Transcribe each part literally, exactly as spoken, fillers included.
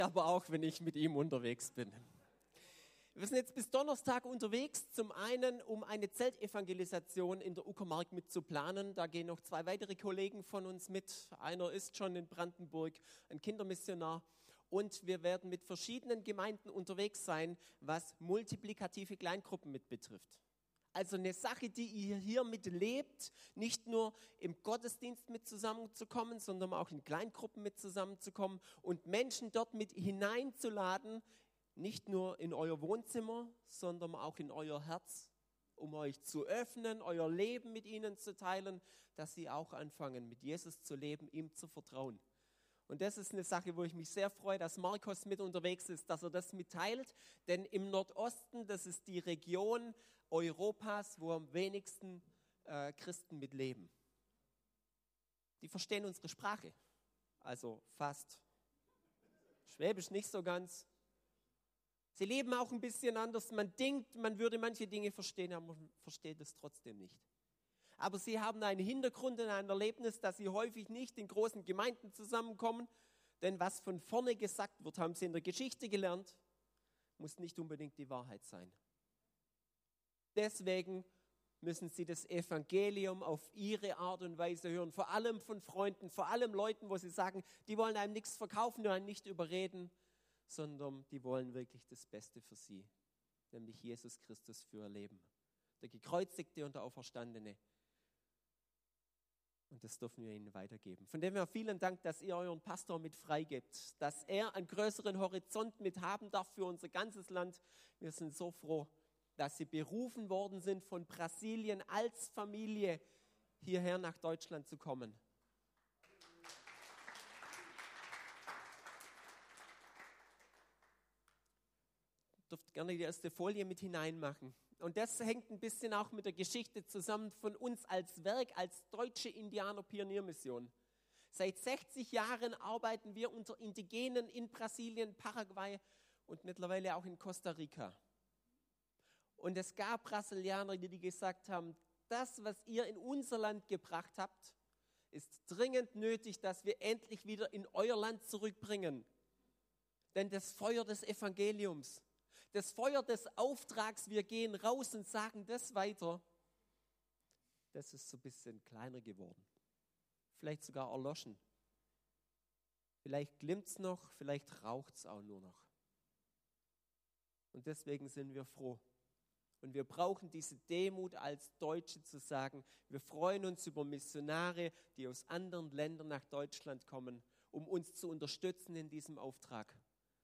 aber auch, wenn ich mit ihm unterwegs bin. Wir sind jetzt bis Donnerstag unterwegs, zum einen, um eine Zeltevangelisation in der Uckermark mitzuplanen. Da gehen noch zwei weitere Kollegen von uns mit. Einer ist schon in Brandenburg, ein Kindermissionar. Und wir werden mit verschiedenen Gemeinden unterwegs sein, was multiplikative Kleingruppen mit betrifft. Also eine Sache, die ihr hier mitlebt, nicht nur im Gottesdienst mit zusammenzukommen, sondern auch in Kleingruppen mit zusammenzukommen und Menschen dort mit hineinzuladen, nicht nur in euer Wohnzimmer, sondern auch in euer Herz, um euch zu öffnen, euer Leben mit ihnen zu teilen, dass sie auch anfangen, mit Jesus zu leben, ihm zu vertrauen. Und das ist eine Sache, wo ich mich sehr freue, dass Markus mit unterwegs ist, dass er das mitteilt. Denn im Nordosten, das ist die Region Europas, wo am wenigsten äh, Christen mitleben. Die verstehen unsere Sprache, also fast. Schwäbisch nicht so ganz. Sie leben auch ein bisschen anders. Man denkt, man würde manche Dinge verstehen, aber man versteht es trotzdem nicht. Aber sie haben einen Hintergrund und ein Erlebnis, dass sie häufig nicht in großen Gemeinden zusammenkommen. Denn was von vorne gesagt wird, haben sie in der Geschichte gelernt, muss nicht unbedingt die Wahrheit sein. Deswegen müssen sie das Evangelium auf ihre Art und Weise hören. Vor allem von Freunden, vor allem Leuten, wo sie sagen, die wollen einem nichts verkaufen, nur einen nicht überreden, sondern die wollen wirklich das Beste für sie, nämlich Jesus Christus für ihr Leben. Der Gekreuzigte und der Auferstandene. Und das dürfen wir ihnen weitergeben. Von dem her vielen Dank, dass ihr euren Pastor mit freigebt, dass er einen größeren Horizont mit haben darf für unser ganzes Land. Wir sind so froh, dass sie berufen worden sind, von Brasilien als Familie hierher nach Deutschland zu kommen. Ihr dürft gerne die erste Folie mit hineinmachen. Und das hängt ein bisschen auch mit der Geschichte zusammen von uns als Werk, als deutsche Indianer-Pioniermission. Seit sechzig Jahren arbeiten wir unter Indigenen in Brasilien, Paraguay und mittlerweile auch in Costa Rica. Und es gab Brasilianer, die gesagt haben, das, was ihr in unser Land gebracht habt, ist dringend nötig, dass wir endlich wieder in euer Land zurückbringen. Denn das Feuer des Evangeliums, das Feuer des Auftrags, wir gehen raus und sagen das weiter, das ist so ein bisschen kleiner geworden. Vielleicht sogar erloschen. Vielleicht glimmt es noch, vielleicht raucht es auch nur noch. Und deswegen sind wir froh. Und wir brauchen diese Demut als Deutsche zu sagen, wir freuen uns über Missionare, die aus anderen Ländern nach Deutschland kommen, um uns zu unterstützen in diesem Auftrag,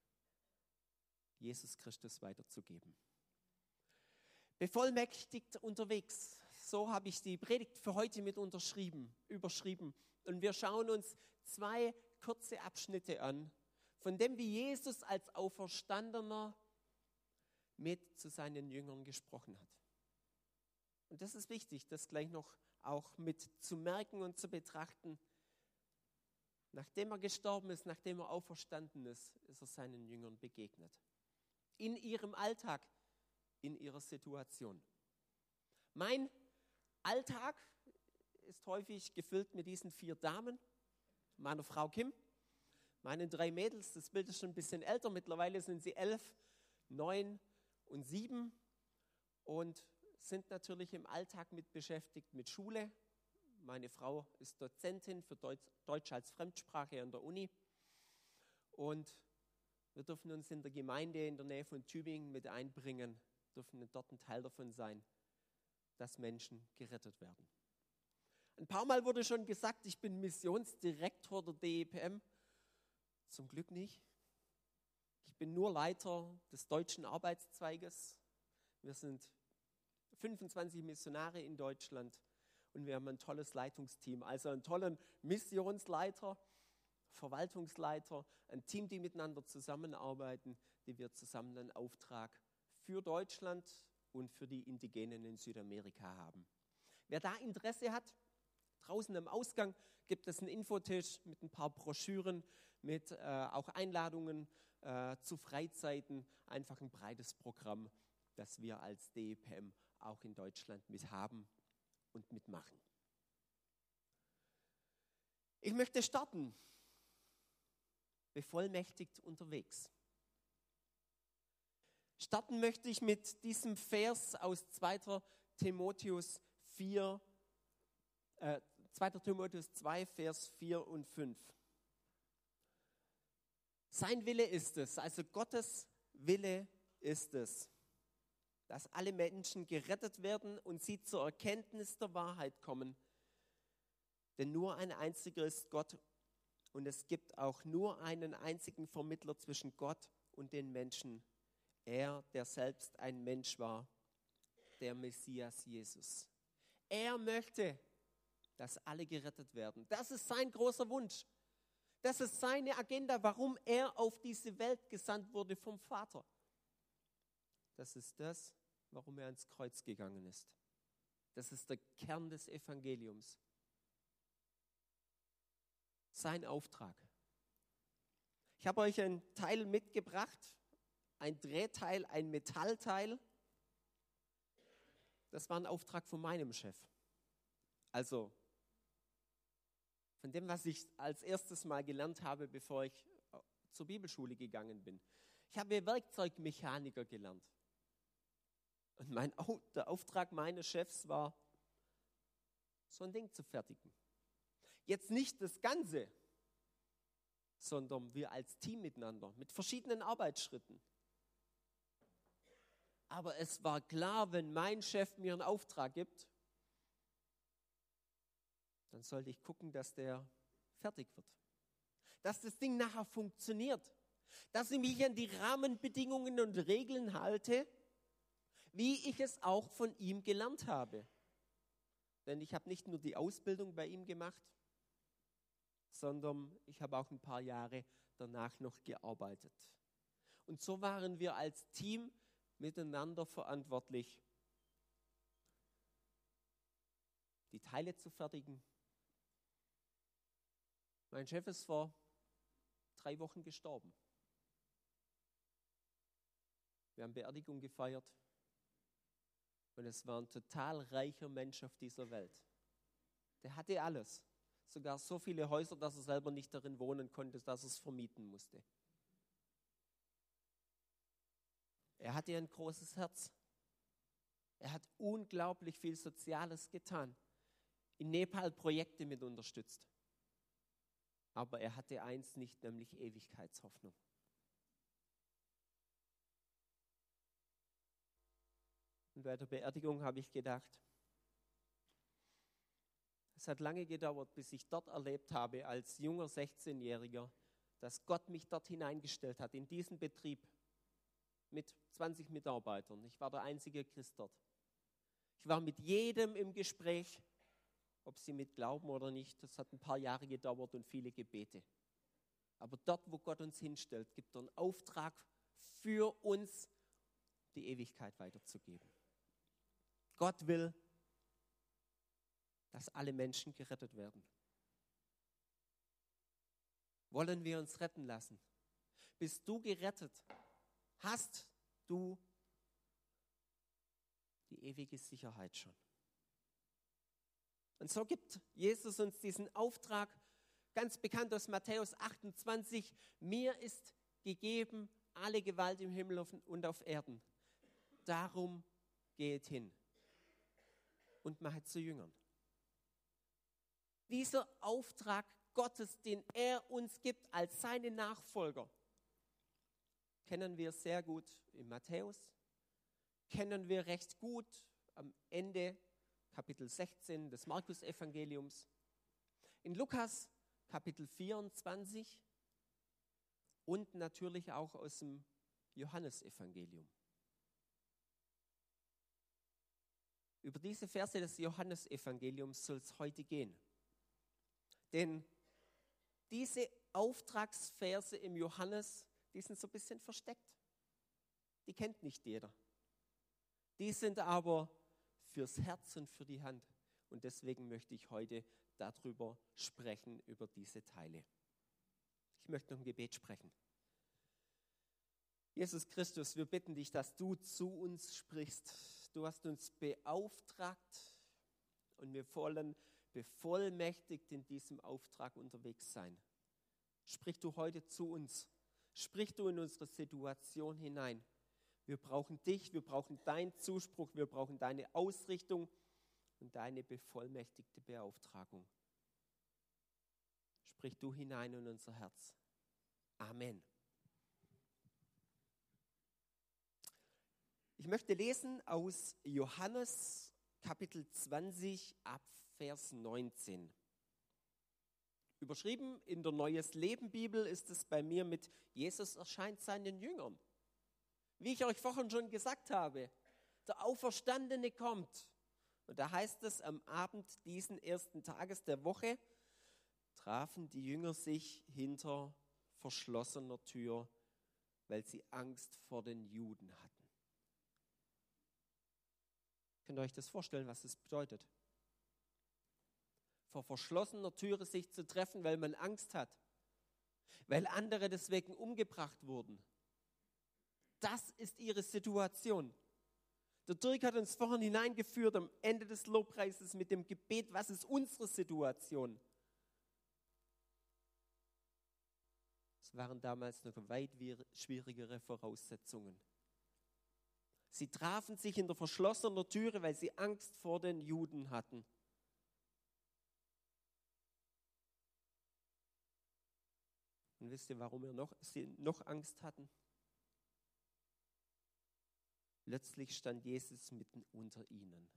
Jesus Christus weiterzugeben. Bevollmächtigt unterwegs, so habe ich die Predigt für heute mit unterschrieben, überschrieben. Und wir schauen uns zwei kurze Abschnitte an, von dem wie Jesus als Auferstandener mit zu seinen Jüngern gesprochen hat. Und das ist wichtig, das gleich noch auch mit zu merken und zu betrachten. Nachdem er gestorben ist, nachdem er auferstanden ist, ist er seinen Jüngern begegnet. In ihrem Alltag, in ihrer Situation. Mein Alltag ist häufig gefüllt mit diesen vier Damen, meiner Frau Kim, meinen drei Mädels, das Bild ist schon ein bisschen älter, mittlerweile sind sie elf, neun und sieben und sind natürlich im Alltag mit beschäftigt mit Schule. Meine Frau ist Dozentin für Deutsch, Deutsch als Fremdsprache an der Uni und wir dürfen uns in der Gemeinde in der Nähe von Tübingen mit einbringen, dürfen dort ein Teil davon sein, dass Menschen gerettet werden. Ein paar Mal wurde schon gesagt, ich bin Missionsdirektor der D E P M. Zum Glück nicht. Ich bin nur Leiter des deutschen Arbeitszweiges. Wir sind fünfundzwanzig Missionare in Deutschland und wir haben ein tolles Leitungsteam, also einen tollen Missionsleiter, Verwaltungsleiter, ein Team, die miteinander zusammenarbeiten, die wir zusammen einen Auftrag für Deutschland und für die Indigenen in Südamerika haben. Wer da Interesse hat, draußen am Ausgang gibt es einen Infotisch mit ein paar Broschüren, mit äh, auch Einladungen äh, zu Freizeiten, einfach ein breites Programm, das wir als D E P M auch in Deutschland mit haben und mitmachen. Ich möchte starten bevollmächtigt unterwegs. Starten möchte ich mit diesem Vers aus zweiter Timotheus vier, äh, zweiter Timotheus zwei, Vers vier und fünf. Sein Wille ist es, also Gottes Wille ist es, dass alle Menschen gerettet werden und sie zur Erkenntnis der Wahrheit kommen. Denn nur ein einziger ist Gott und es gibt auch nur einen einzigen Vermittler zwischen Gott und den Menschen. Er, der selbst ein Mensch war, der Messias Jesus. Er möchte, dass alle gerettet werden. Das ist sein großer Wunsch. Das ist seine Agenda, warum er auf diese Welt gesandt wurde vom Vater. Das ist das, warum er ans Kreuz gegangen ist. Das ist der Kern des Evangeliums. Sein Auftrag. Ich habe euch ein Teil mitgebracht, ein Drehteil, ein Metallteil. Das war ein Auftrag von meinem Chef. Also von dem, was ich als erstes mal gelernt habe, bevor ich zur Bibelschule gegangen bin. Ich habe Werkzeugmechaniker gelernt. Und mein, der Auftrag meines Chefs war, so ein Ding zu fertigen. Jetzt nicht das Ganze, sondern wir als Team miteinander, mit verschiedenen Arbeitsschritten. Aber es war klar, wenn mein Chef mir einen Auftrag gibt, dann sollte ich gucken, dass der fertig wird. Dass das Ding nachher funktioniert. Dass ich mich an die Rahmenbedingungen und Regeln halte, wie ich es auch von ihm gelernt habe. Denn ich habe nicht nur die Ausbildung bei ihm gemacht, sondern ich habe auch ein paar Jahre danach noch gearbeitet. Und so waren wir als Team miteinander verantwortlich, die Teile zu fertigen. Mein Chef ist vor drei Wochen gestorben. Wir haben Beerdigung gefeiert und es war ein total reicher Mensch auf dieser Welt. Der hatte alles, sogar so viele Häuser, dass er selber nicht darin wohnen konnte, dass er es vermieten musste. Er hatte ein großes Herz. Er hat unglaublich viel Soziales getan, in Nepal Projekte mit unterstützt. Aber er hatte eins nicht, nämlich Ewigkeitshoffnung. Und bei der Beerdigung habe ich gedacht, es hat lange gedauert, bis ich dort erlebt habe, als junger sechzehnjähriger, dass Gott mich dort hineingestellt hat, in diesen Betrieb mit zwanzig Mitarbeitern. Ich war der einzige Christ dort. Ich war mit jedem im Gespräch, ob sie mit glauben oder nicht. Das hat ein paar Jahre gedauert und viele Gebete. Aber dort, wo Gott uns hinstellt, gibt er einen Auftrag für uns, die Ewigkeit weiterzugeben. Gott will, dass alle Menschen gerettet werden. Wollen wir uns retten lassen? Bist du gerettet? Hast du die ewige Sicherheit schon? Und so gibt Jesus uns diesen Auftrag, ganz bekannt aus Matthäus achtundzwanzig, mir ist gegeben alle Gewalt im Himmel und auf Erden. Darum geht hin und machet zu Jüngern. Dieser Auftrag Gottes, den er uns gibt als seine Nachfolger, kennen wir sehr gut in Matthäus, kennen wir recht gut am Ende Kapitel sechzehn des Markus-Evangeliums, in Lukas Kapitel vierundzwanzig und natürlich auch aus dem Johannesevangelium. Über diese Verse des Johannesevangeliums soll es heute gehen. Denn diese Auftragsverse im Johannes, die sind so ein bisschen versteckt. Die kennt nicht jeder. Die sind aber fürs Herz und für die Hand. Und deswegen möchte ich heute darüber sprechen, über diese Teile. Ich möchte noch ein Gebet sprechen. Jesus Christus, wir bitten dich, dass du zu uns sprichst. Du hast uns beauftragt und wir wollen bevollmächtigt in diesem Auftrag unterwegs sein. sprich du heute zu uns. Sprich du in unsere Situation hinein. Wir brauchen dich, wir brauchen deinen Zuspruch, wir brauchen deine Ausrichtung und deine bevollmächtigte Beauftragung. Sprich du hinein in unser Herz. Amen. Ich möchte lesen aus Johannes Kapitel zwanzig ab Vers neunzehn. Überschrieben in der Neues Leben Bibel ist es bei mir mit Jesus erscheint seinen Jüngern. Wie ich euch vorhin schon gesagt habe, der Auferstandene kommt. Und da heißt es, am Abend diesen ersten Tages der Woche trafen die Jünger sich hinter verschlossener Tür, weil sie Angst vor den Juden hatten. Könnt ihr euch das vorstellen, was das bedeutet? Vor verschlossener Türe sich zu treffen, weil man Angst hat, weil andere deswegen umgebracht wurden. Das ist ihre Situation. Der Dirk hat uns vorhin hineingeführt am Ende des Lobpreises mit dem Gebet, was ist unsere Situation? Es waren damals noch weit schwierigere Voraussetzungen. Sie trafen sich in der verschlossenen Türe, weil sie Angst vor den Juden hatten. Und wisst ihr, warum wir noch, sie noch Angst hatten? Plötzlich stand Jesus mitten unter ihnen.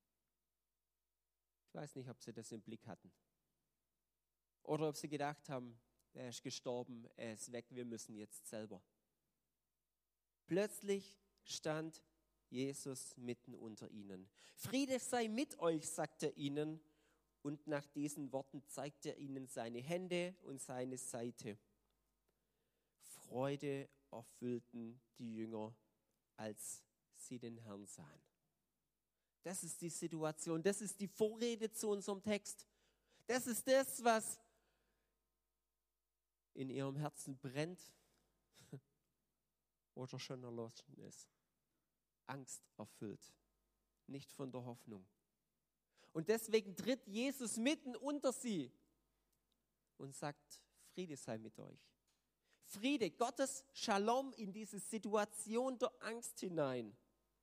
Ich weiß nicht, ob sie das im Blick hatten. Oder ob sie gedacht haben, er ist gestorben, er ist weg, wir müssen jetzt selber. Plötzlich stand Jesus mitten unter ihnen. Friede sei mit euch, sagt er ihnen. Und nach diesen Worten zeigt er ihnen seine Hände und seine Seite. Freude erfüllten die Jünger, als sie den Herrn sahen. Das ist die Situation, das ist die Vorrede zu unserem Text. Das ist das, was in ihrem Herzen brennt oder schon erloschen ist. Angst erfüllt, nicht von der Hoffnung. Und deswegen tritt Jesus mitten unter sie und sagt, Friede sei mit euch. Friede, Gottes Shalom in diese Situation der Angst hinein.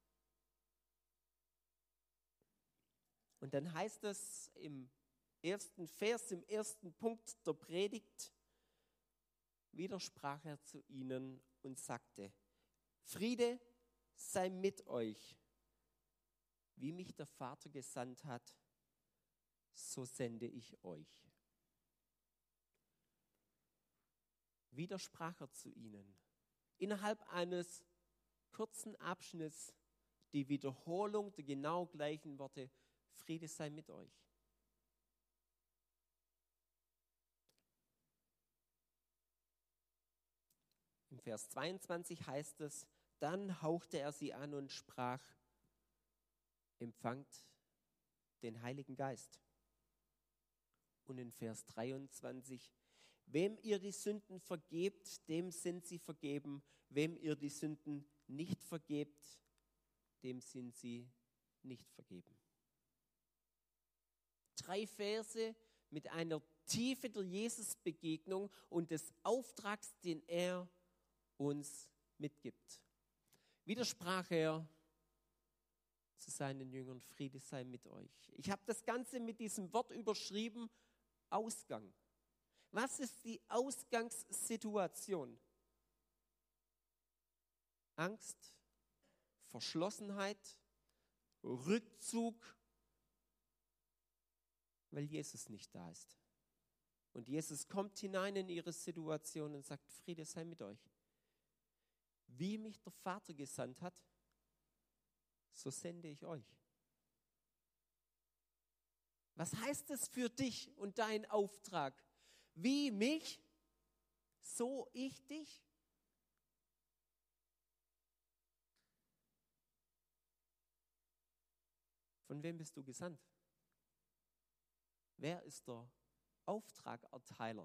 Und dann heißt es im ersten Vers, im ersten Punkt der Predigt, widersprach er zu ihnen und sagte, Friede sei mit euch. Wie mich der Vater gesandt hat, so sende ich euch. Widersprach er zu ihnen. Innerhalb eines kurzen Abschnitts die Wiederholung der genau gleichen Worte, Friede sei mit euch. Im Vers zweiundzwanzig heißt es, dann hauchte er sie an und sprach, empfangt den Heiligen Geist. Und in Vers dreiundzwanzig, wem ihr die Sünden vergebt, dem sind sie vergeben. Wem ihr die Sünden nicht vergebt, dem sind sie nicht vergeben. Drei Verse mit einer Tiefe der Jesus-Begegnung und des Auftrags, den er uns mitgibt. Widersprach er zu seinen Jüngern, Friede sei mit euch. Ich habe das Ganze mit diesem Wort überschrieben, Ausgang. Was ist die Ausgangssituation? Angst, Verschlossenheit, Rückzug, weil Jesus nicht da ist. Und Jesus kommt hinein in ihre Situation und sagt, Friede sei mit euch. Wie mich der Vater gesandt hat, so sende ich euch. Was heißt es für dich und deinen Auftrag? Wie mich, so ich dich? Von wem bist du gesandt? Wer ist der Auftragerteiler?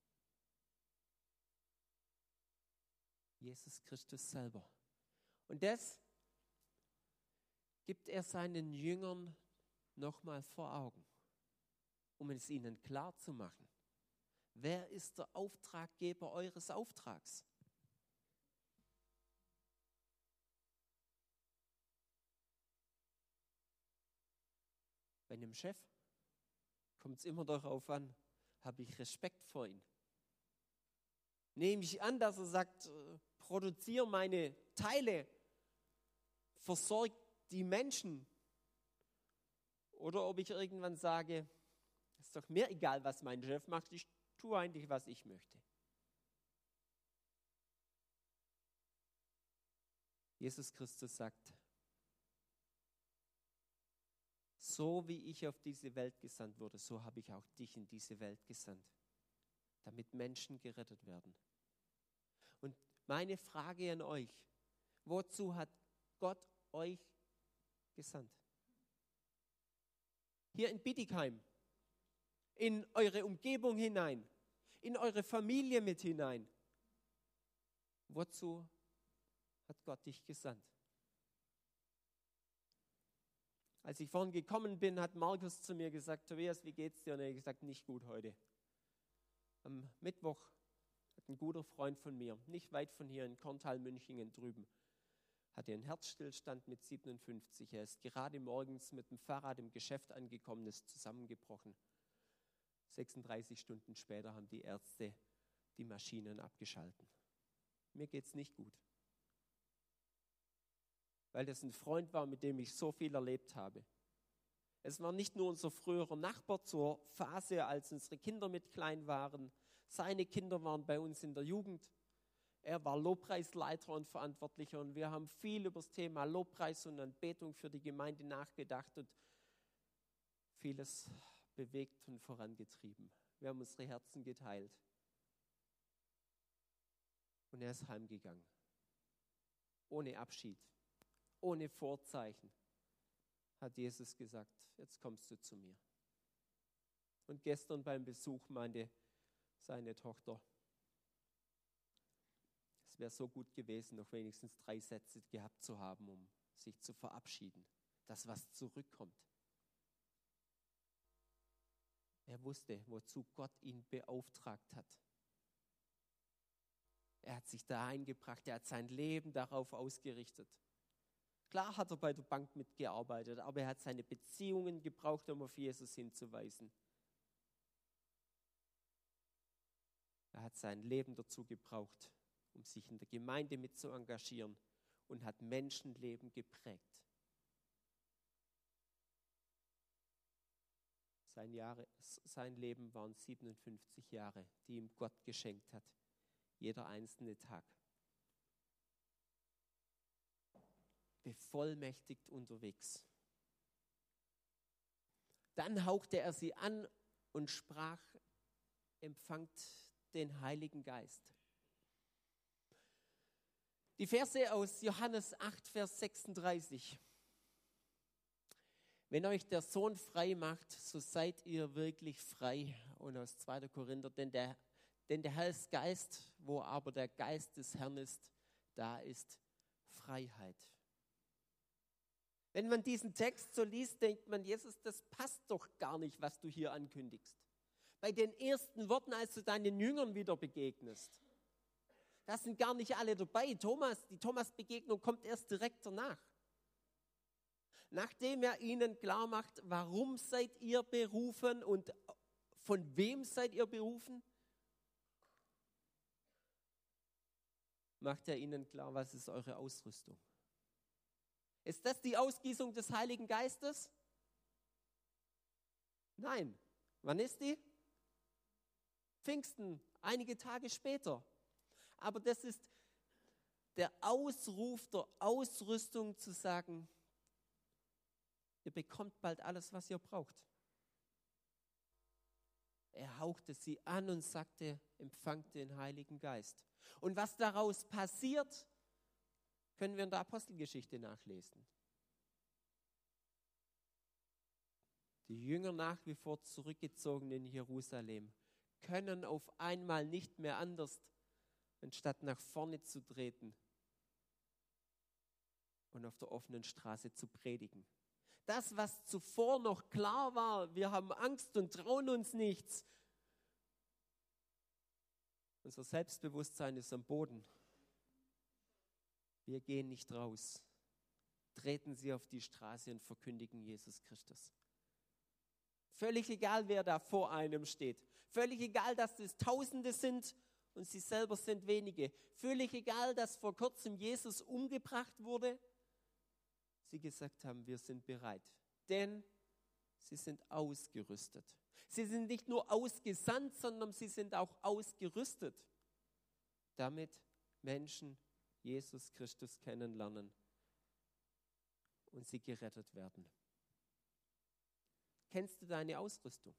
Jesus Christus selber. Und das gibt er seinen Jüngern nochmal vor Augen, um es ihnen klar zu machen. Wer ist der Auftraggeber eures Auftrags? Bei einem Chef kommt es immer darauf an, habe ich Respekt vor ihm? Nehme ich an, dass er sagt, äh, produziere meine Teile, versorge die Menschen? Oder ob ich irgendwann sage, ist doch mir egal, was mein Chef macht, ich tue eigentlich, was ich möchte. Jesus Christus sagt, so wie ich auf diese Welt gesandt wurde, so habe ich auch dich in diese Welt gesandt, damit Menschen gerettet werden. Und meine Frage an euch, wozu hat Gott euch gesandt? Hier in Bietigheim, in eure Umgebung hinein, in eure Familie mit hinein. Wozu hat Gott dich gesandt? Als ich vorhin gekommen bin, hat Markus zu mir gesagt, Tobias, wie geht's dir? Und er hat gesagt, nicht gut heute. Am Mittwoch hat ein guter Freund von mir, nicht weit von hier in Korntal-Münchingen drüben, hatte einen Herzstillstand mit siebenundfünfzig. Er ist gerade morgens mit dem Fahrrad im Geschäft angekommen, ist zusammengebrochen. sechsunddreißig Stunden später haben die Ärzte die Maschinen abgeschalten. Mir geht's nicht gut. Weil das ein Freund war, mit dem ich so viel erlebt habe. Es war nicht nur unser früherer Nachbar zur Phase, als unsere Kinder mit klein waren. Seine Kinder waren bei uns in der Jugend. Er war Lobpreisleiter und Verantwortlicher und wir haben viel über das Thema Lobpreis und Anbetung für die Gemeinde nachgedacht und vieles bewegt und vorangetrieben. Wir haben unsere Herzen geteilt. Und er ist heimgegangen. Ohne Abschied, ohne Vorzeichen, hat Jesus gesagt, jetzt kommst du zu mir. Und gestern beim Besuch meinte seine Tochter, es wäre so gut gewesen, noch wenigstens drei Sätze gehabt zu haben, um sich zu verabschieden, dass was zurückkommt. Er wusste, wozu Gott ihn beauftragt hat. Er hat sich da eingebracht, er hat sein Leben darauf ausgerichtet. Klar hat er bei der Bank mitgearbeitet, aber er hat seine Beziehungen gebraucht, um auf Jesus hinzuweisen. Er hat sein Leben dazu gebraucht, um sich in der Gemeinde mit zu engagieren und hat Menschenleben geprägt. Sein, Jahre, sein Leben waren siebenundfünfzig Jahre, die ihm Gott geschenkt hat. Jeder einzelne Tag. Bevollmächtigt unterwegs. Dann hauchte er sie an und sprach, empfangt den Heiligen Geist. Die Verse aus Johannes acht, Vers sechsunddreißig. Wenn euch der Sohn frei macht, so seid ihr wirklich frei. Und aus zweiter Korinther, denn der, denn der Herr ist Geist, wo aber der Geist des Herrn ist, da ist Freiheit. Wenn man diesen Text so liest, denkt man, Jesus, das passt doch gar nicht, was du hier ankündigst. Bei den ersten Worten, als du deinen Jüngern wieder begegnest, da sind gar nicht alle dabei. Thomas, die Thomas-Begegnung kommt erst direkt danach. Nachdem er ihnen klar macht, warum seid ihr berufen und von wem seid ihr berufen, macht er ihnen klar, was ist eure Ausrüstung. Ist das die Ausgießung des Heiligen Geistes? Nein. Wann ist die? Pfingsten, einige Tage später. Aber das ist der Ausruf der Ausrüstung zu sagen, ihr bekommt bald alles, was ihr braucht. Er hauchte sie an und sagte, empfangt den Heiligen Geist. Und was daraus passiert, können wir in der Apostelgeschichte nachlesen. Die Jünger nach wie vor zurückgezogen in Jerusalem können auf einmal nicht mehr anders, anstatt nach vorne zu treten und auf der offenen Straße zu predigen. Das, was zuvor noch klar war, wir haben Angst und trauen uns nichts, Unser Selbstbewusstsein ist am Boden. Wir gehen nicht raus. Treten Sie auf die Straße und verkündigen Jesus Christus. Völlig egal, wer da vor einem steht. Völlig egal, dass es Tausende sind und Sie selber sind wenige. Völlig egal, dass vor kurzem Jesus umgebracht wurde. Sie gesagt haben, wir sind bereit. Denn sie sind ausgerüstet. Sie sind nicht nur ausgesandt, sondern sie sind auch ausgerüstet, damit Menschen Jesus Christus kennenlernen und sie gerettet werden. Kennst du deine Ausrüstung?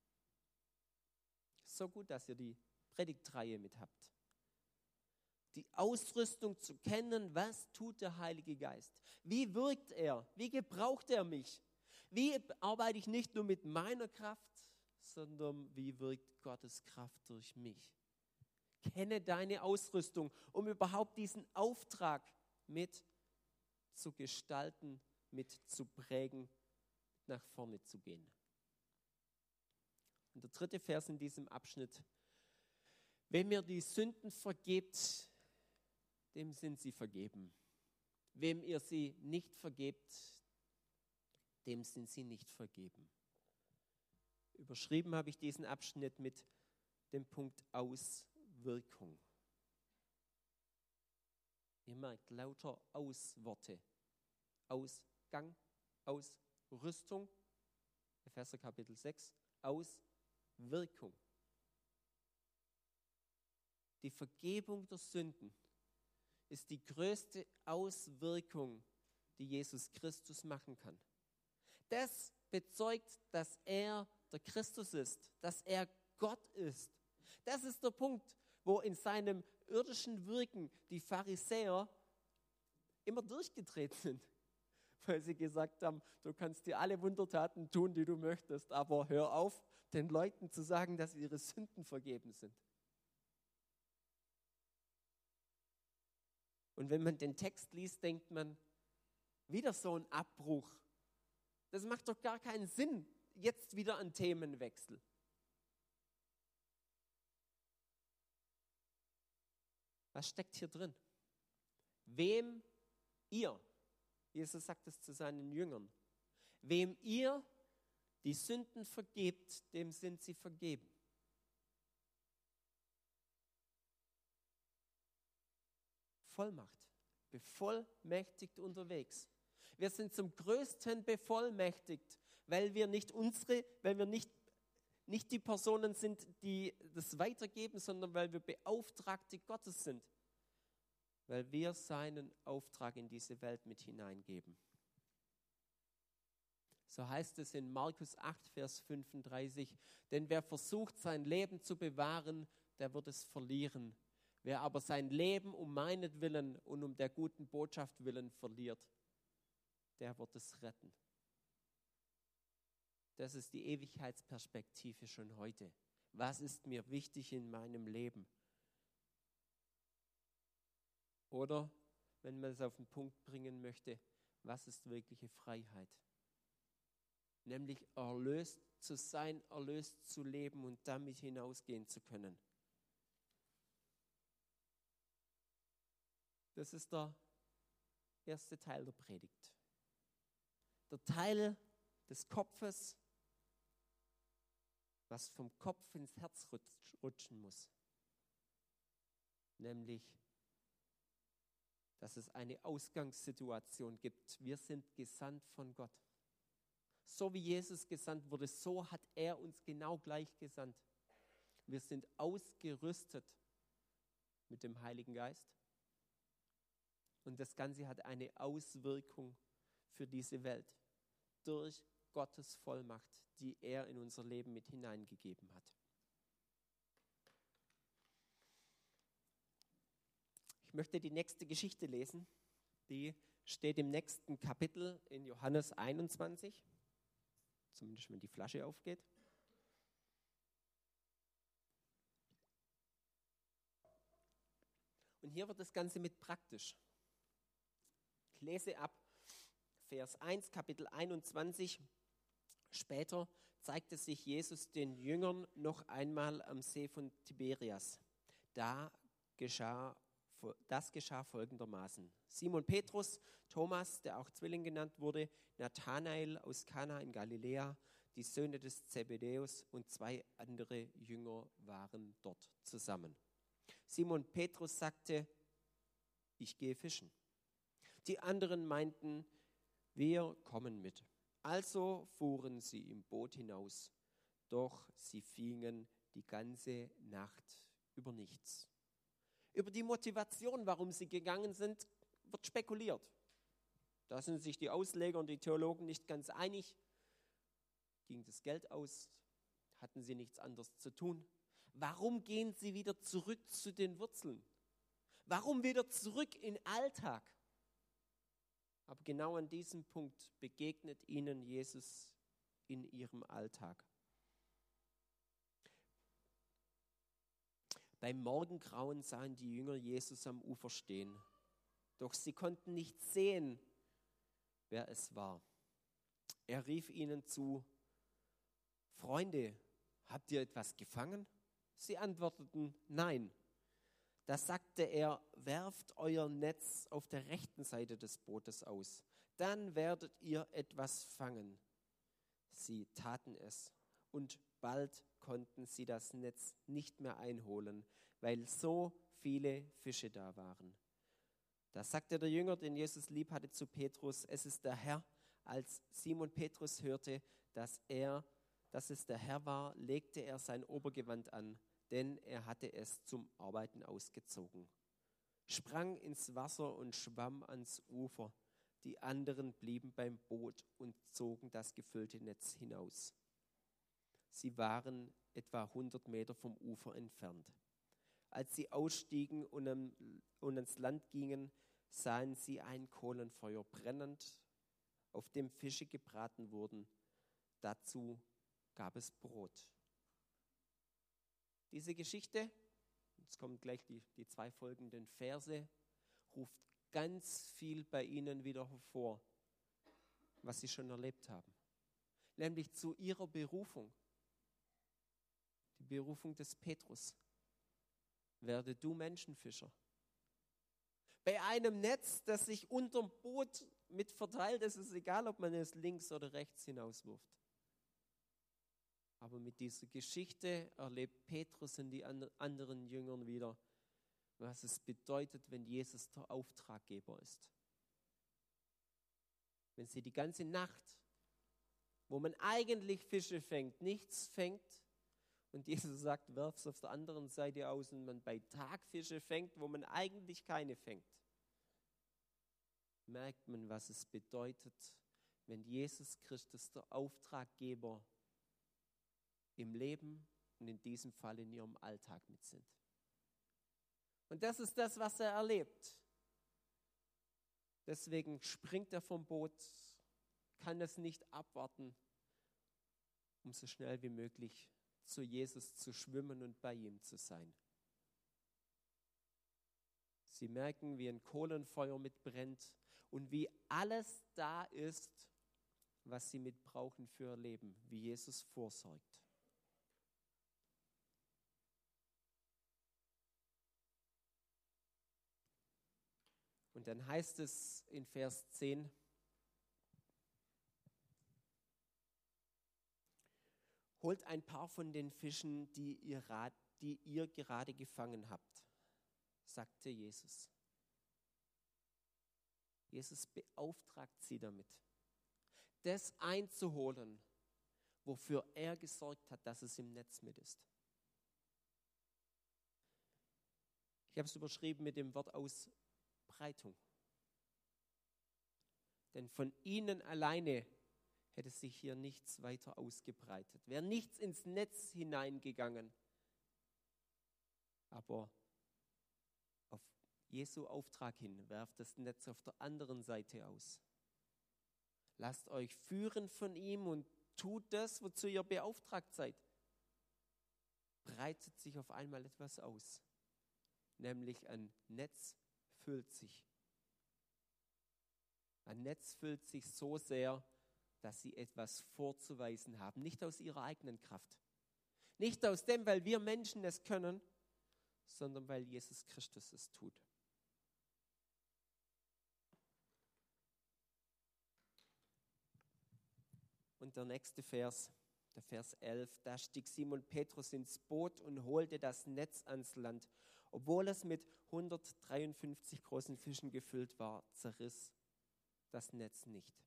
So gut, dass ihr die Predigtreihe mit habt. Die Ausrüstung zu kennen, was tut der Heilige Geist? Wie wirkt er? Wie gebraucht er mich? Wie arbeite ich nicht nur mit meiner Kraft, sondern wie wirkt Gottes Kraft durch mich? Kenne deine Ausrüstung, um überhaupt diesen Auftrag mit zu gestalten, mit zu prägen, nach vorne zu gehen. Und der dritte Vers in diesem Abschnitt: Wem ihr die Sünden vergebt, dem sind sie vergeben. Wem ihr sie nicht vergebt, dem sind sie nicht vergeben. Überschrieben habe ich diesen Abschnitt mit dem Punkt Auswirkung. Ihr merkt, lauter Ausworte. Ausgang, Ausrüstung, Epheser Kapitel sechs, Auswirkung. Die Vergebung der Sünden ist die größte Auswirkung, die Jesus Christus machen kann. Das bezeugt, dass er der Christus ist, dass er Gott ist. Das ist der Punkt, wo in seinem irdischen Wirken die Pharisäer immer durchgedreht sind, weil sie gesagt haben, du kannst dir alle Wundertaten tun, die du möchtest, aber hör auf, den Leuten zu sagen, dass ihre Sünden vergeben sind. Und wenn man den Text liest, denkt man, wieder so ein Abbruch. Das macht doch gar keinen Sinn, jetzt wieder ein Themenwechsel. Was steckt hier drin? Wem ihr, Jesus sagt es zu seinen Jüngern, wem ihr die Sünden vergebt, dem sind sie vergeben. Vollmacht, bevollmächtigt unterwegs. Wir sind zum Größten bevollmächtigt, weil wir nicht unsere, weil wir nicht, nicht die Personen sind, die das weitergeben, sondern weil wir Beauftragte Gottes sind. Weil wir seinen Auftrag in diese Welt mit hineingeben. So heißt es in Markus acht, Vers fünfunddreißig, denn wer versucht, sein Leben zu bewahren, der wird es verlieren. Wer aber sein Leben um meinetwillen und um der guten Botschaft willen verliert, der wird es retten. Das ist die Ewigkeitsperspektive schon heute. Was ist mir wichtig in meinem Leben? Oder, wenn man es auf den Punkt bringen möchte, was ist wirkliche Freiheit? Nämlich erlöst zu sein, erlöst zu leben und damit hinausgehen zu können. Das ist der erste Teil der Predigt. Der Teil des Kopfes, was vom Kopf ins Herz rutschen muss. Nämlich, dass es eine Ausgangssituation gibt. Wir sind gesandt von Gott. So wie Jesus gesandt wurde, so hat er uns genau gleich gesandt. Wir sind ausgerüstet mit dem Heiligen Geist. Und das Ganze hat eine Auswirkung für diese Welt durch Gottes Vollmacht, die er in unser Leben mit hineingegeben hat. Ich möchte die nächste Geschichte lesen. Die steht im nächsten Kapitel in Johannes einundzwanzig. Zumindest wenn die Flasche aufgeht. Und hier wird das Ganze mit praktisch. Ich lese ab Vers eins, Kapitel einundzwanzig. Später zeigte sich Jesus den Jüngern noch einmal am See von Tiberias. Da geschah, das geschah folgendermaßen. Simon Petrus, Thomas, der auch Zwilling genannt wurde, Nathanael aus Kana in Galiläa, die Söhne des Zebedäus und zwei andere Jünger waren dort zusammen. Simon Petrus sagte, ich gehe fischen. Die anderen meinten, wir kommen mit. Also fuhren sie im Boot hinaus, doch sie fingen die ganze Nacht über nichts. Über die Motivation, warum sie gegangen sind, wird spekuliert. Da sind sich die Ausleger und die Theologen nicht ganz einig. Ging das Geld aus? Hatten sie nichts anderes zu tun? Warum gehen sie wieder zurück zu den Wurzeln? Warum wieder zurück in den Alltag? Aber genau an diesem Punkt begegnet ihnen Jesus in ihrem Alltag. Beim Morgengrauen sahen die Jünger Jesus am Ufer stehen. Doch sie konnten nicht sehen, wer es war. Er rief ihnen zu, Freunde, habt ihr etwas gefangen? Sie antworteten, nein. Da sagte er, werft euer Netz auf der rechten Seite des Bootes aus, dann werdet ihr etwas fangen. Sie taten es und bald konnten sie das Netz nicht mehr einholen, weil so viele Fische da waren. Da sagte der Jünger, den Jesus lieb hatte, zu Petrus, es ist der Herr. Als Simon Petrus hörte, dass er, dass es der Herr war, legte er sein Obergewand an, denn er hatte es zum Arbeiten ausgezogen, sprang ins Wasser und schwamm ans Ufer. Die anderen blieben beim Boot und zogen das gefüllte Netz hinaus. Sie waren etwa hundert Meter vom Ufer entfernt. Als sie ausstiegen und, am, und ans Land gingen, sahen sie ein Kohlenfeuer brennend, auf dem Fische gebraten wurden. Dazu gab es Brot. Diese Geschichte, jetzt kommen gleich die, die zwei folgenden Verse, ruft ganz viel bei ihnen wieder hervor, was sie schon erlebt haben. Nämlich zu ihrer Berufung. Die Berufung des Petrus. Werde du Menschenfischer. Bei einem Netz, das sich unterm Boot mit verteilt, ist es egal, ob man es links oder rechts hinauswirft. Aber mit dieser Geschichte erlebt Petrus und die anderen Jüngern wieder, was es bedeutet, wenn Jesus der Auftraggeber ist. Wenn sie die ganze Nacht, wo man eigentlich Fische fängt, nichts fängt, und Jesus sagt, werf es auf der anderen Seite aus und man bei Tag Fische fängt, wo man eigentlich keine fängt, merkt man, was es bedeutet, wenn Jesus Christus der Auftraggeber im Leben und in diesem Fall in ihrem Alltag mit sind. Und das ist das, was er erlebt. Deswegen springt er vom Boot, kann es nicht abwarten, um so schnell wie möglich zu Jesus zu schwimmen und bei ihm zu sein. Sie merken, wie ein Kohlenfeuer mitbrennt und wie alles da ist, was sie mit brauchen für ihr Leben, wie Jesus vorsorgt. Und dann heißt es in Vers zehn, holt ein paar von den Fischen, die ihr, die ihr gerade gefangen habt, sagte Jesus. Jesus beauftragt sie damit, das einzuholen, wofür er gesorgt hat, dass es im Netz mit ist. Ich habe es überschrieben mit dem Wort Ausbreitung. Denn von ihnen alleine hätte sich hier nichts weiter ausgebreitet. Wäre nichts ins Netz hineingegangen. Aber auf Jesu Auftrag hin, werft das Netz auf der anderen Seite aus. Lasst euch führen von ihm und tut das, wozu ihr beauftragt seid. Breitet sich auf einmal etwas aus. Nämlich ein Netz füllt sich. Ein Netz füllt sich so sehr, dass sie etwas vorzuweisen haben. Nicht aus ihrer eigenen Kraft. Nicht aus dem, weil wir Menschen es können, sondern weil Jesus Christus es tut. Und der nächste Vers, der Vers elf, da stieg Simon Petrus ins Boot und holte das Netz ans Land. Obwohl es mit hundertdreiundfünfzig großen Fischen gefüllt war, zerriss das Netz nicht.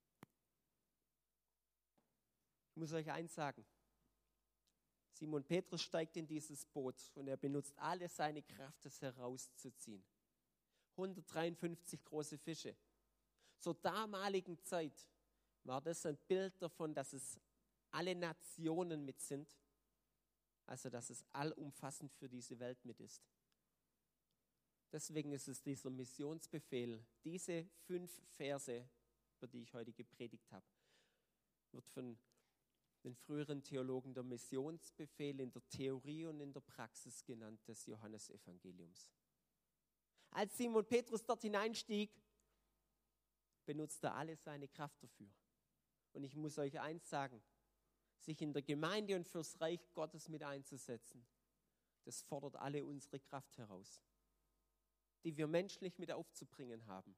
Ich muss euch eins sagen. Simon Petrus steigt in dieses Boot und er benutzt alle seine Kraft, es herauszuziehen. hundertdreiundfünfzig große Fische. Zur damaligen Zeit war das ein Bild davon, dass es alle Nationen mit sind, also dass es allumfassend für diese Welt mit ist. Deswegen ist es dieser Missionsbefehl, diese fünf Verse, über die ich heute gepredigt habe, wird von den früheren Theologen der Missionsbefehl in der Theorie und in der Praxis genannt des Johannesevangeliums. Als Simon Petrus dort hineinstieg, benutzt er alle seine Kraft dafür. Und ich muss euch eins sagen, sich in der Gemeinde und fürs Reich Gottes mit einzusetzen, das fordert alle unsere Kraft heraus, die wir menschlich mit aufzubringen haben.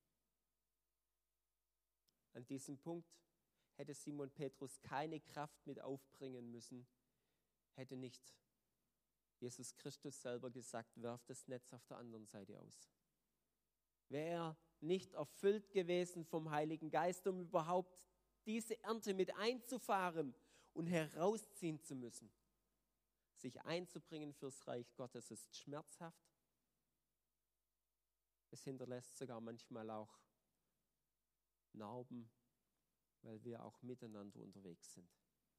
An diesem Punkt hätte Simon Petrus keine Kraft mit aufbringen müssen, hätte nicht Jesus Christus selber gesagt, werft das Netz auf der anderen Seite aus. Wäre er nicht erfüllt gewesen vom Heiligen Geist, um überhaupt diese Ernte mit einzufahren und herausziehen zu müssen. Sich einzubringen fürs Reich Gottes ist schmerzhaft. Es hinterlässt sogar manchmal auch Narben, weil wir auch miteinander unterwegs sind.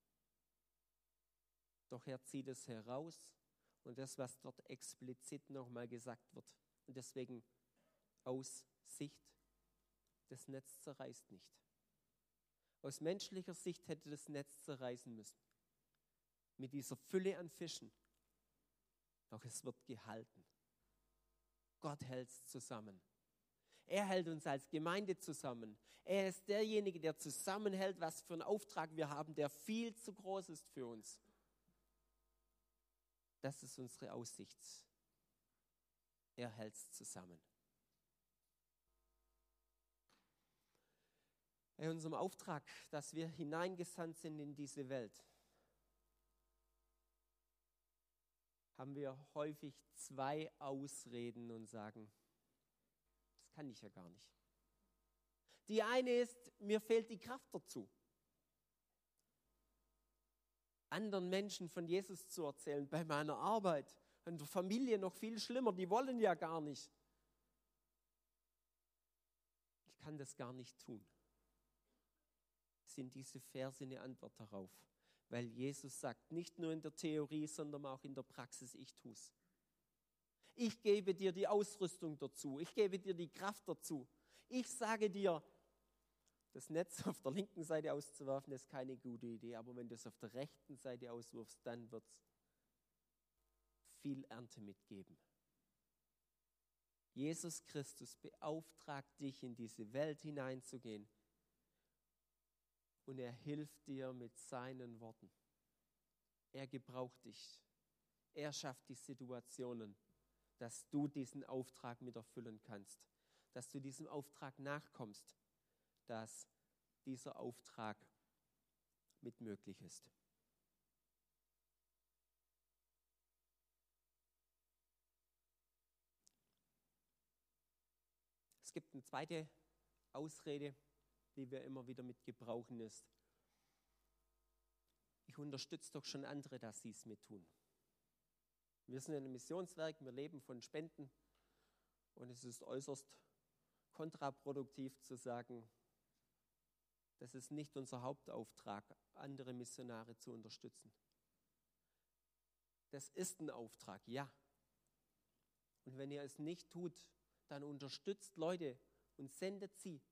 Doch er zieht es heraus und das, was dort explizit nochmal gesagt wird, und deswegen aus Sicht, das Netz zerreißt nicht. Aus menschlicher Sicht hätte das Netz zerreißen müssen. Mit dieser Fülle an Fischen. Doch es wird gehalten. Gott hält es zusammen. Er hält uns als Gemeinde zusammen. Er ist derjenige, der zusammenhält, was für einen Auftrag wir haben, der viel zu groß ist für uns. Das ist unsere Aussicht. Er hält es zusammen. In unserem Auftrag, dass wir hineingesandt sind in diese Welt, haben wir häufig zwei Ausreden und sagen, das kann ich ja gar nicht. Die eine ist, mir fehlt die Kraft dazu, anderen Menschen von Jesus zu erzählen, bei meiner Arbeit, in der Familie noch viel schlimmer, die wollen ja gar nicht. Ich kann das gar nicht tun. Sind diese Verse eine Antwort darauf, weil Jesus sagt, nicht nur in der Theorie, sondern auch in der Praxis, ich tue es. Ich gebe dir die Ausrüstung dazu, ich gebe dir die Kraft dazu. Ich sage dir, das Netz auf der linken Seite auszuwerfen, ist keine gute Idee, aber wenn du es auf der rechten Seite auswirfst, dann wird es viel Ernte mitgeben. Jesus Christus beauftragt dich, in diese Welt hineinzugehen. Und er hilft dir mit seinen Worten. Er gebraucht dich. Er schafft die Situationen, dass du diesen Auftrag mit erfüllen kannst. Dass du diesem Auftrag nachkommst. Dass dieser Auftrag mit möglich ist. Es gibt eine zweite Ausrede, die wir immer wieder mit gebrauchen, ist, ich unterstütze doch schon andere, dass sie es mit tun. Wir sind ein Missionswerk, wir leben von Spenden und es ist äußerst kontraproduktiv zu sagen, das ist nicht unser Hauptauftrag, andere Missionare zu unterstützen. Das ist ein Auftrag, ja. Und wenn ihr es nicht tut, dann unterstützt Leute und sendet sie.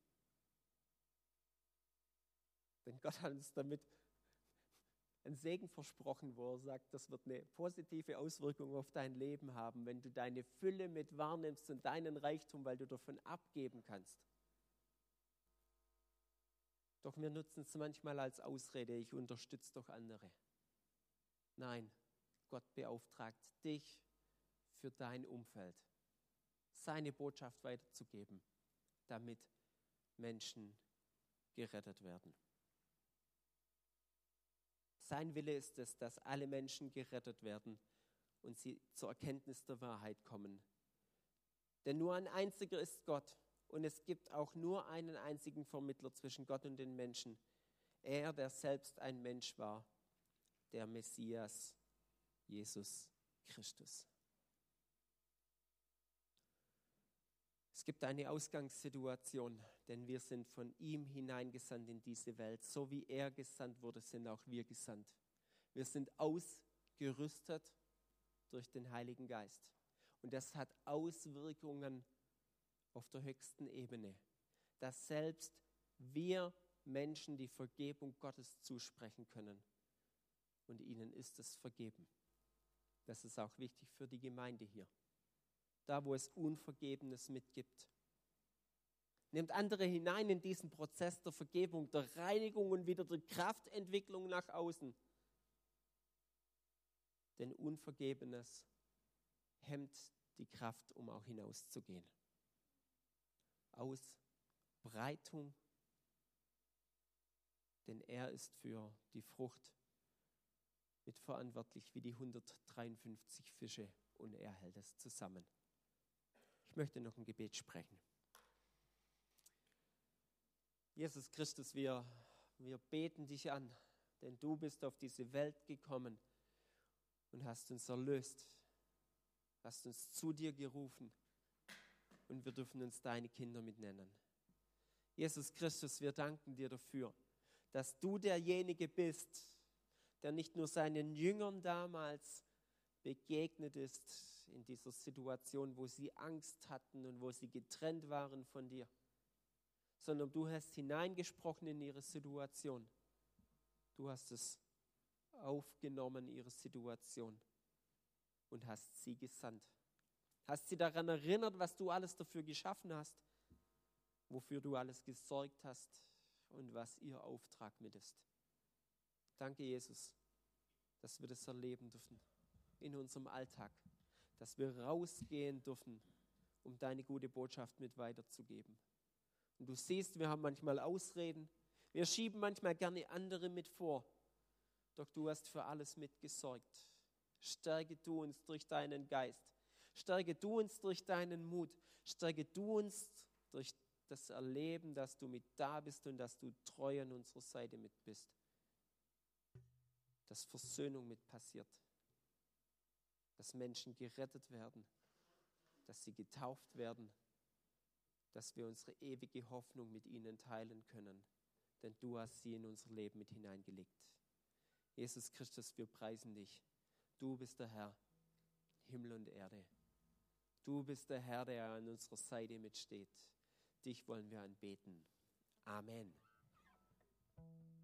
Denn Gott hat uns damit einen Segen versprochen, wo er sagt, das wird eine positive Auswirkung auf dein Leben haben, wenn du deine Fülle mit wahrnimmst und deinen Reichtum, weil du davon abgeben kannst. Doch wir nutzen es manchmal als Ausrede, ich unterstütze doch andere. Nein, Gott beauftragt dich für dein Umfeld, seine Botschaft weiterzugeben, damit Menschen gerettet werden. Sein Wille ist es, dass alle Menschen gerettet werden und sie zur Erkenntnis der Wahrheit kommen. Denn nur ein einziger ist Gott und es gibt auch nur einen einzigen Vermittler zwischen Gott und den Menschen. Er, der selbst ein Mensch war, der Messias, Jesus Christus. Es gibt eine Ausgangssituation, denn wir sind von ihm hineingesandt in diese Welt. So wie er gesandt wurde, sind auch wir gesandt. Wir sind ausgerüstet durch den Heiligen Geist. Und das hat Auswirkungen auf der höchsten Ebene, dass selbst wir Menschen die Vergebung Gottes zusprechen können. Und ihnen ist es vergeben. Das ist auch wichtig für die Gemeinde hier. Da, wo es Unvergebenes mitgibt. Nehmt andere hinein in diesen Prozess der Vergebung, der Reinigung und wieder der Kraftentwicklung nach außen. Denn Unvergebenes hemmt die Kraft, um auch hinauszugehen. Ausbreitung, denn er ist für die Frucht mitverantwortlich wie die hundertdreiundfünfzig Fische und er hält es zusammen. Ich möchte noch ein Gebet sprechen. Jesus Christus, wir, wir beten dich an, denn du bist auf diese Welt gekommen und hast uns erlöst, hast uns zu dir gerufen und wir dürfen uns deine Kinder mit nennen. Jesus Christus, wir danken dir dafür, dass du derjenige bist, der nicht nur seinen Jüngern damals begegnet ist in dieser Situation, wo sie Angst hatten und wo sie getrennt waren von dir, sondern du hast hineingesprochen in ihre Situation. Du hast es aufgenommen, ihre Situation, und hast sie gesandt. Hast sie daran erinnert, was du alles dafür geschaffen hast, wofür du alles gesorgt hast und was ihr Auftrag mit ist. Danke, Jesus, dass wir das erleben dürfen in unserem Alltag, dass wir rausgehen dürfen, um deine gute Botschaft mit weiterzugeben. Und du siehst, wir haben manchmal Ausreden, wir schieben manchmal gerne andere mit vor, doch du hast für alles mitgesorgt. Stärke du uns durch deinen Geist, stärke du uns durch deinen Mut, stärke du uns durch das Erleben, dass du mit da bist und dass du treu an unserer Seite mit bist. Dass Versöhnung mit passiert, dass Menschen gerettet werden, dass sie getauft werden, dass wir unsere ewige Hoffnung mit ihnen teilen können, denn du hast sie in unser Leben mit hineingelegt. Jesus Christus, wir preisen dich. Du bist der Herr, Himmel und Erde. Du bist der Herr, der an unserer Seite mitsteht. Dich wollen wir anbeten. Amen.